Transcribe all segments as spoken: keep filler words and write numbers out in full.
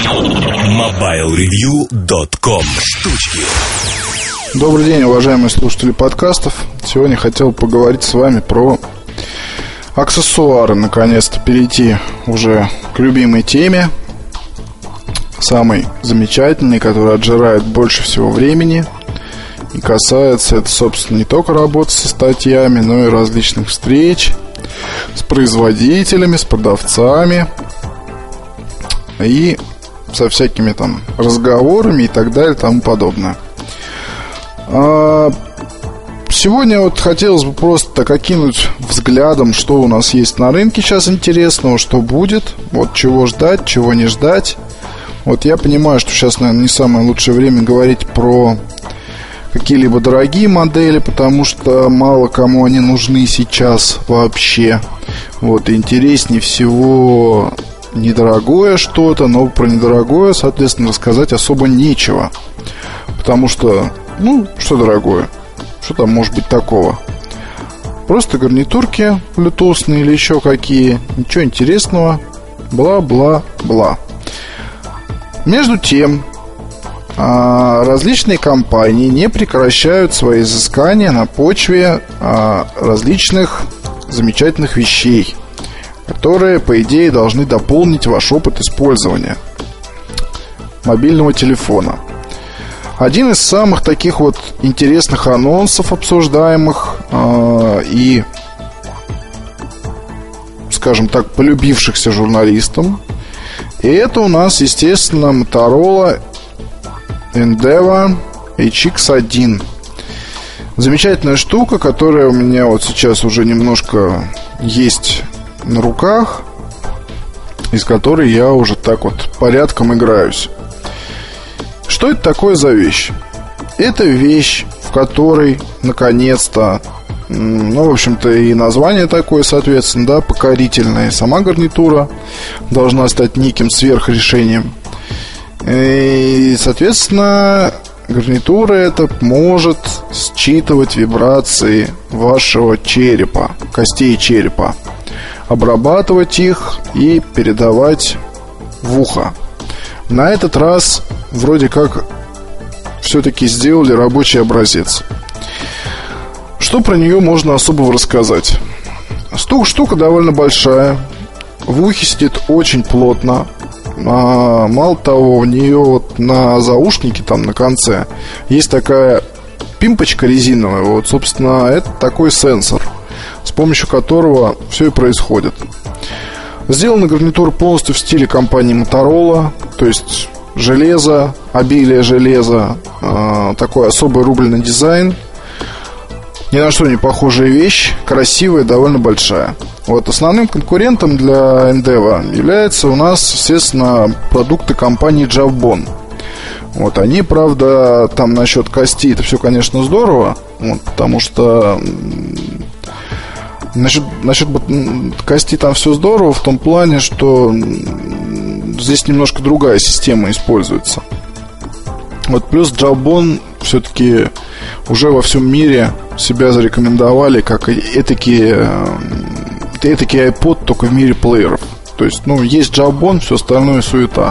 мобайл ревью точка ком. Штучки. Добрый день, уважаемые слушатели подкастов. Сегодня хотел поговорить с вами про аксессуары. Наконец-то перейти уже к любимой теме, самой замечательной, которая отжирает больше всего времени. И касается это, собственно, не только работы со статьями, но и различных встреч с производителями, с продавцами и со всякими там разговорами и так далее и тому подобное. Сегодня вот хотелось бы просто так окинуть взглядом, что у нас есть на рынке сейчас интересного, что будет, вот чего ждать, чего не ждать. Вот я понимаю, что сейчас, наверное, не самое лучшее время говорить про какие-либо дорогие модели, потому что мало кому они нужны сейчас вообще. Вот, интереснее всего недорогое что-то, но про недорогое, соответственно, рассказать особо нечего. Потому что, ну, что дорогое? Что там может быть такого? Просто гарнитурки блютусные или еще какие. Ничего интересного. Бла-бла-бла. Между тем, различные компании не прекращают свои изыскания на почве различных замечательных вещей, которые, по идее, должны дополнить ваш опыт использования мобильного телефона. Один из самых таких вот интересных анонсов, обсуждаемых э, и, скажем так, полюбившихся журналистам, и это у нас, естественно, Motorola Endeavor эйч икс один. Замечательная штука, которая у меня вот сейчас уже немножко есть на руках, из которой я уже так вот порядком играюсь. Что это такое за вещь? Это вещь, в которой наконец-то, ну, в общем-то, и название такое, соответственно, да, покорительное. Сама гарнитура должна стать неким сверхрешением. И, соответственно, гарнитура эта может считывать вибрации вашего черепа, костей черепа, обрабатывать их и передавать в ухо. На этот раз вроде как все-таки сделали рабочий образец. Что про нее можно особого рассказать? Штука довольно большая, в ухе сидит очень плотно. А, мало того, в нее вот на заушнике там на конце есть такая пимпочка резиновая. Вот, собственно, это такой сенсор, с помощью которого все и происходит. Сделана гарнитура полностью в стиле компании Motorola. То есть железо, обилие железа, э, такой особый рубленый дизайн. Ни на что не похожая вещь, красивая, довольно большая. Вот, основным конкурентом для Endeavor является у нас, естественно, продукты компании Jawbone. Вот, они, правда, там насчет костей это все, конечно, здорово, вот, потому что насчет, насчет кости там все здорово в том плане, что здесь немножко другая система используется. Вот, плюс Jawbone все-таки уже во всем мире себя зарекомендовали как этакий, этакий iPod, только в мире плееров. То есть, ну, есть Jawbone, все остальное суета.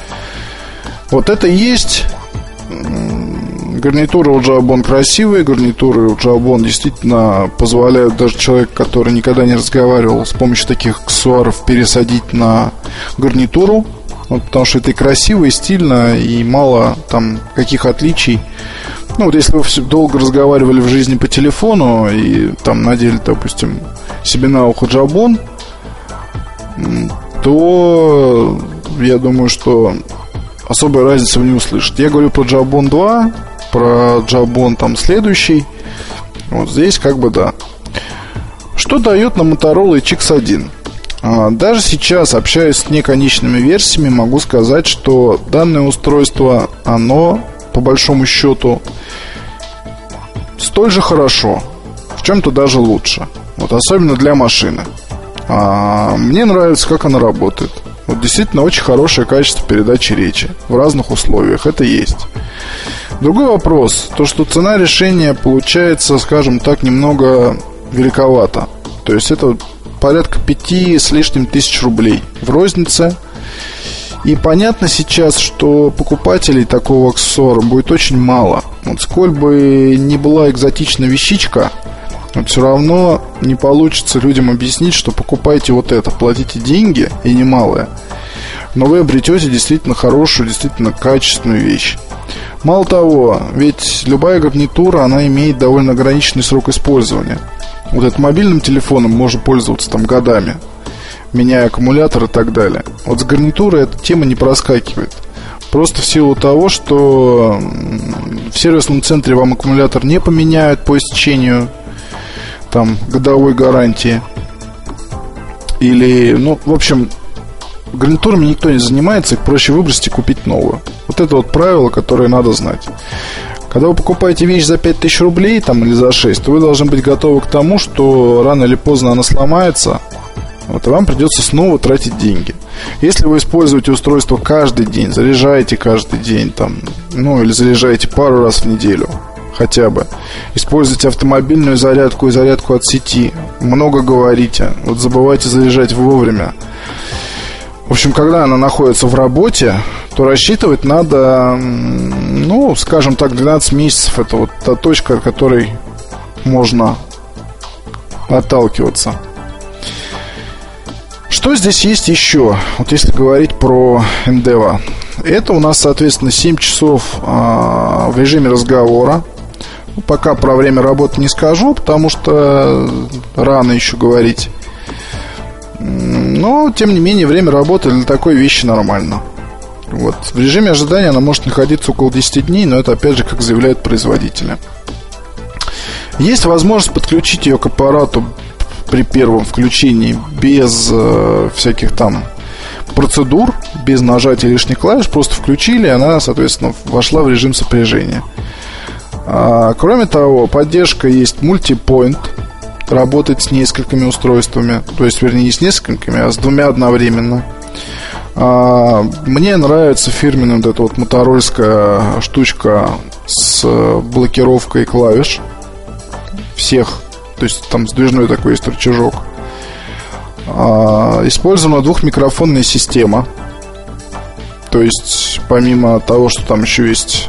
Вот это есть. Гарнитуры у Jawbone красивые. Гарнитуры у Jawbone действительно позволяют даже человеку, который никогда не разговаривал, с помощью таких аксессуаров пересадить на гарнитуру. Вот, потому что это и красиво, и стильно, и мало там каких отличий. Ну вот если вы долго разговаривали в жизни по телефону и там надели, допустим, себе на ухо Jawbone, то я думаю, что особой разницы вы не услышите. Я говорю про Jawbone два, про Jawbone там следующий. Вот здесь как бы да. Что дает нам Motorola эйч икс один? Даже сейчас, общаясь с неконечными версиями, могу сказать, что данное устройство, оно, по большому счету, столь же хорошо, в чем-то даже лучше. Вот, особенно для машины. а, Мне нравится, как она работает. Вот действительно очень хорошее качество передачи речи в разных условиях. Это есть. Другой вопрос, то что цена решения получается, скажем так, немного великовата. То есть это порядка пяти с лишним тысяч рублей в рознице. И понятно сейчас, что покупателей такого аксессуара будет очень мало. Вот сколь бы ни была экзотичная вещичка, все равно не получится людям объяснить, что покупайте вот это, платите деньги, и немалые, но вы обретете действительно хорошую, действительно качественную вещь. Мало того, ведь любая гарнитура, она имеет довольно ограниченный срок использования. Вот этим мобильным телефоном можно пользоваться там годами, меняя аккумулятор и так далее. Вот с гарнитурой эта тема не проскакивает. Просто в силу того, что в сервисном центре вам аккумулятор не поменяют по истечению там годовой гарантии. Или, ну, в общем, гарнитурами никто не занимается, их проще выбросить и купить новую. Вот это вот правило, которое надо знать. Когда вы покупаете вещь за пять тысяч рублей там, или за шесть, то вы должны быть готовы к тому, что рано или поздно она сломается, вот, и вам придется снова тратить деньги. Если вы используете устройство каждый день, заряжаете каждый день там, ну или заряжаете пару раз в неделю хотя бы, используйте автомобильную зарядку и зарядку от сети, много говорите, вот забывайте заряжать вовремя. В общем, когда она находится в работе, то рассчитывать надо, ну, скажем так, двенадцать месяцев. Это вот та точка, от которой можно отталкиваться. Что здесь есть еще? Вот если говорить про Endeavor, это у нас, соответственно, семь часов а, в режиме разговора. Пока про время работы не скажу, потому что рано еще говорить. Но, тем не менее, время работы для такой вещи нормально. Вот. В режиме ожидания она может находиться около десять дней, но это, опять же, как заявляют производители. Есть возможность подключить ее к аппарату при первом включении без э, всяких там процедур, без нажатия лишних клавиш. Просто включили, и она, соответственно, вошла в режим сопряжения. А, кроме того, поддержка есть мультипоинт. Работать с несколькими устройствами. То есть, вернее, не с несколькими, а с двумя одновременно. а, Мне нравится фирменная вот эта вот моторольская штучка с блокировкой клавиш всех. То есть там сдвижной такой есть рычажок. а, Использована двухмикрофонная система. То есть, помимо того, что там еще есть,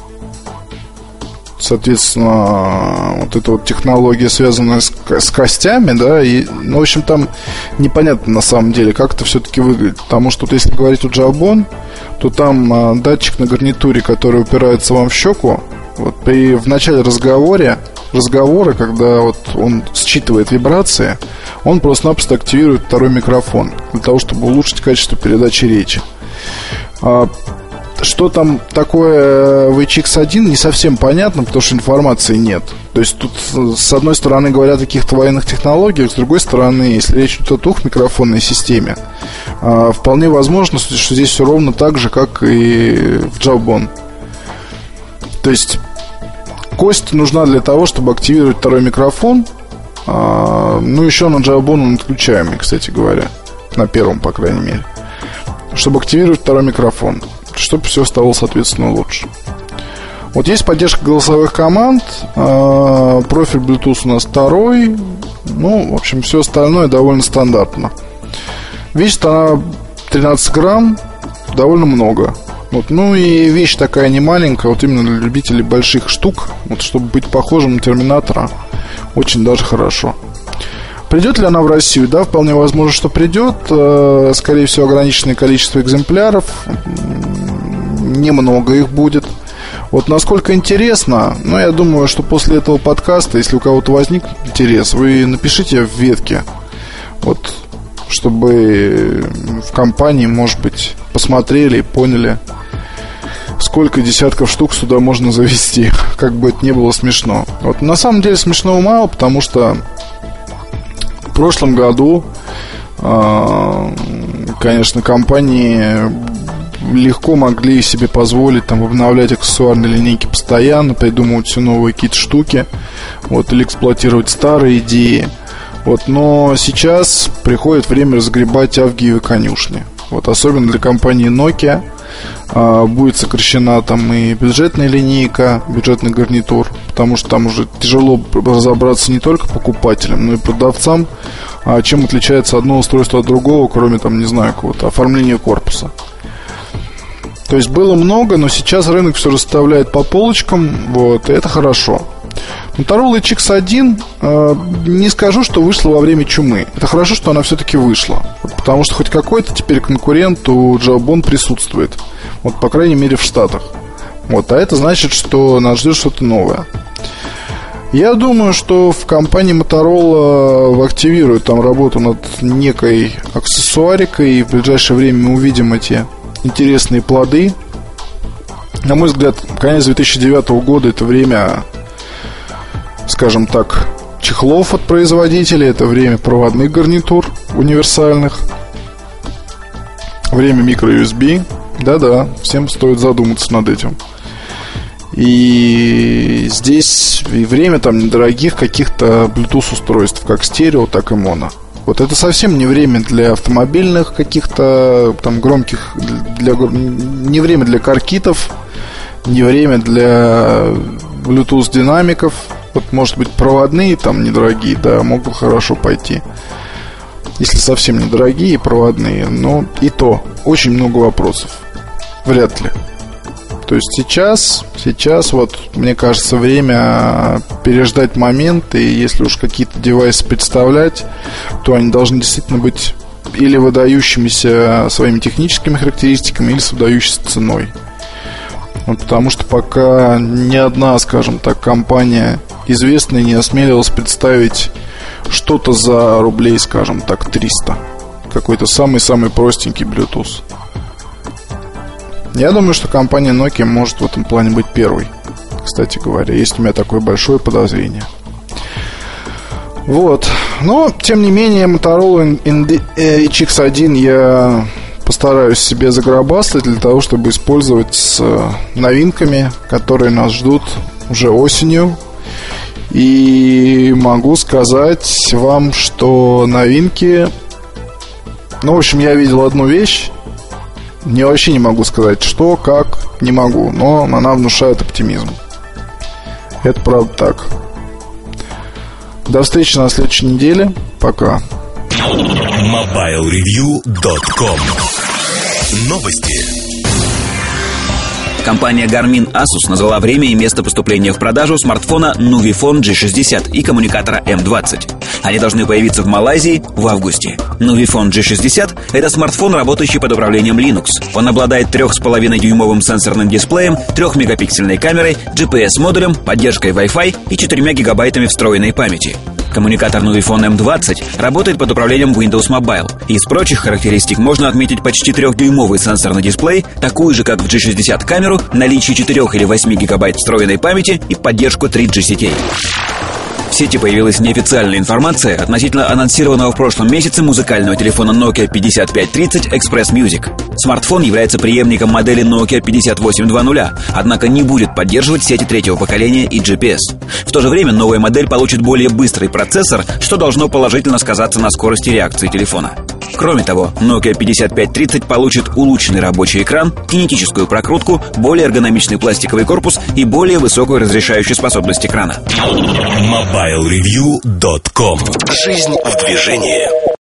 соответственно, вот эта вот технология, связанная с, с костями, да, и, ну, в общем, там непонятно на самом деле, как это все-таки выглядит. Потому что, вот, если говорить о Jawbone, то там а, датчик на гарнитуре, который упирается вам в щеку, вот при, в начале разговора, разговора, когда вот он считывает вибрации, он просто-напросто активирует второй микрофон для того, чтобы улучшить качество передачи речи. а, Что там такое в эйч икс один, не совсем понятно, потому что информации нет. То есть тут, с одной стороны, говорят о каких-то военных технологиях, с другой стороны, если речь идет о двухмикрофонной системе, вполне возможно, что здесь все ровно так же, как и в Jawbone. То есть кость нужна для того, чтобы активировать второй микрофон. Ну, еще на Jawbone он отключаемый, кстати говоря, на первом, по крайней мере, чтобы активировать второй микрофон, чтобы все стало, соответственно, лучше. Вот есть поддержка голосовых команд, профиль Bluetooth у нас второй. Ну, в общем, все остальное довольно стандартно. Весит она тринадцать грамм, довольно много. Вот. Ну и вещь такая не маленькая, вот именно для любителей больших штук, вот, чтобы быть похожим на Терминатора, очень даже хорошо. Придет ли она в Россию? Да, вполне возможно, что придет. Скорее всего, ограниченное количество экземпляров. Немного их будет. Вот насколько интересно, ну, я думаю, что после этого подкаста, если у кого-то возник интерес, вы напишите в ветке, вот, чтобы в компании, может быть, посмотрели и поняли, сколько десятков штук сюда можно завести, как бы это ни было смешно. Вот на самом деле смешного мало, потому что в прошлом году, конечно, компании легко могли себе позволить там обновлять аксессуарные линейки постоянно, придумывать все новые какие-то штуки, вот, или эксплуатировать старые идеи. Вот, но сейчас приходит время разгребать авгиевы конюшни. Вот, особенно для компании Nokia а, будет сокращена там и бюджетная линейка, бюджетный гарнитур, потому что там уже тяжело разобраться не только покупателям, но и продавцам, а, чем отличается одно устройство от другого, кроме там, не знаю, какого-то оформления корпуса. То есть было много, но сейчас рынок все расставляет по полочкам. Вот, и это хорошо. Motorola эйч икс один, э, не скажу, что вышла во время чумы. Это хорошо, что она все-таки вышла. Потому что хоть какой-то теперь конкурент у Jawbone присутствует. Вот, по крайней мере, в Штатах. Вот, а это значит, что нас ждет что-то новое. Я думаю, что в компании Motorola активируют там работу над некой аксессуарикой, и в ближайшее время мы увидим эти интересные плоды. На мой взгляд, конец две тысячи девятого года — это время, скажем так, чехлов от производителей, это время проводных гарнитур универсальных, время микро-ю эс би. Да-да, всем стоит задуматься над этим. И здесь и время там недорогих каких-то Bluetooth устройств, как стерео, так и моно. Вот это совсем не время для автомобильных каких-то там громких, для, не время для каркитов, не время для Bluetooth динамиков. Вот, может быть, проводные там недорогие, да, могут хорошо пойти. Если совсем недорогие проводные, но и то очень много вопросов. Вряд ли. То есть сейчас, сейчас вот, мне кажется, время переждать момент. И если уж какие-то девайсы представлять, то они должны действительно быть или выдающимися своими техническими характеристиками, или с выдающейся ценой. Вот, потому что пока ни одна, скажем так, компания известная не осмелилась представить что-то за рублей, скажем так, триста. Какой-то самый-самый простенький Bluetooth. Я думаю, что компания Nokia может в этом плане быть первой. Кстати говоря, есть у меня такое большое подозрение. Вот. Но, тем не менее, Motorola эйч икс один я постараюсь себе загробастать для того, чтобы использовать с новинками, которые нас ждут уже осенью. И могу сказать вам, что новинки... Ну, в общем, я видел одну вещь. Я вообще не могу сказать, что, как, не могу. Но она внушает оптимизм. Это правда так. До встречи на следующей неделе. Пока. мобайл ревью точка ком. Новости. Компания Garmin Asus назвала время и место поступления в продажу смартфона Nuvifone джи шестьдесят и коммуникатора эм двадцать. Они должны появиться в Малайзии в августе. Nuvifone джи шестьдесят – это смартфон, работающий под управлением Linux. Он обладает трех с половиной дюймовым сенсорным дисплеем, трехмегапиксельной камерой, джи пи эс-модулем, поддержкой Wi-Fi и четырьмя гигабайтами встроенной памяти. Коммуникатор Nuvifone эм двадцать работает под управлением Windows Mobile. Из прочих характеристик можно отметить почти трехдюймовый сенсорный дисплей, такую же, как в джи шестьдесят камеру, наличие четырех или восьми гигабайт встроенной памяти и поддержку три джи сетей. В сети появилась неофициальная информация относительно анонсированного в прошлом месяце музыкального телефона Nokia пятьдесят пять тридцать Express Music. Смартфон является преемником модели Nokia пятьдесят восемь двадцать, однако не будет поддерживать сети третьего поколения и джи пи эс. В то же время новая модель получит более быстрый процессор, что должно положительно сказаться на скорости реакции телефона. Кроме того, Nokia пятьдесят пять тридцать получит улучшенный рабочий экран, кинетическую прокрутку, более эргономичный пластиковый корпус и более высокую разрешающую способность экрана. мобайл ревью точка ком. Жизнь в движении.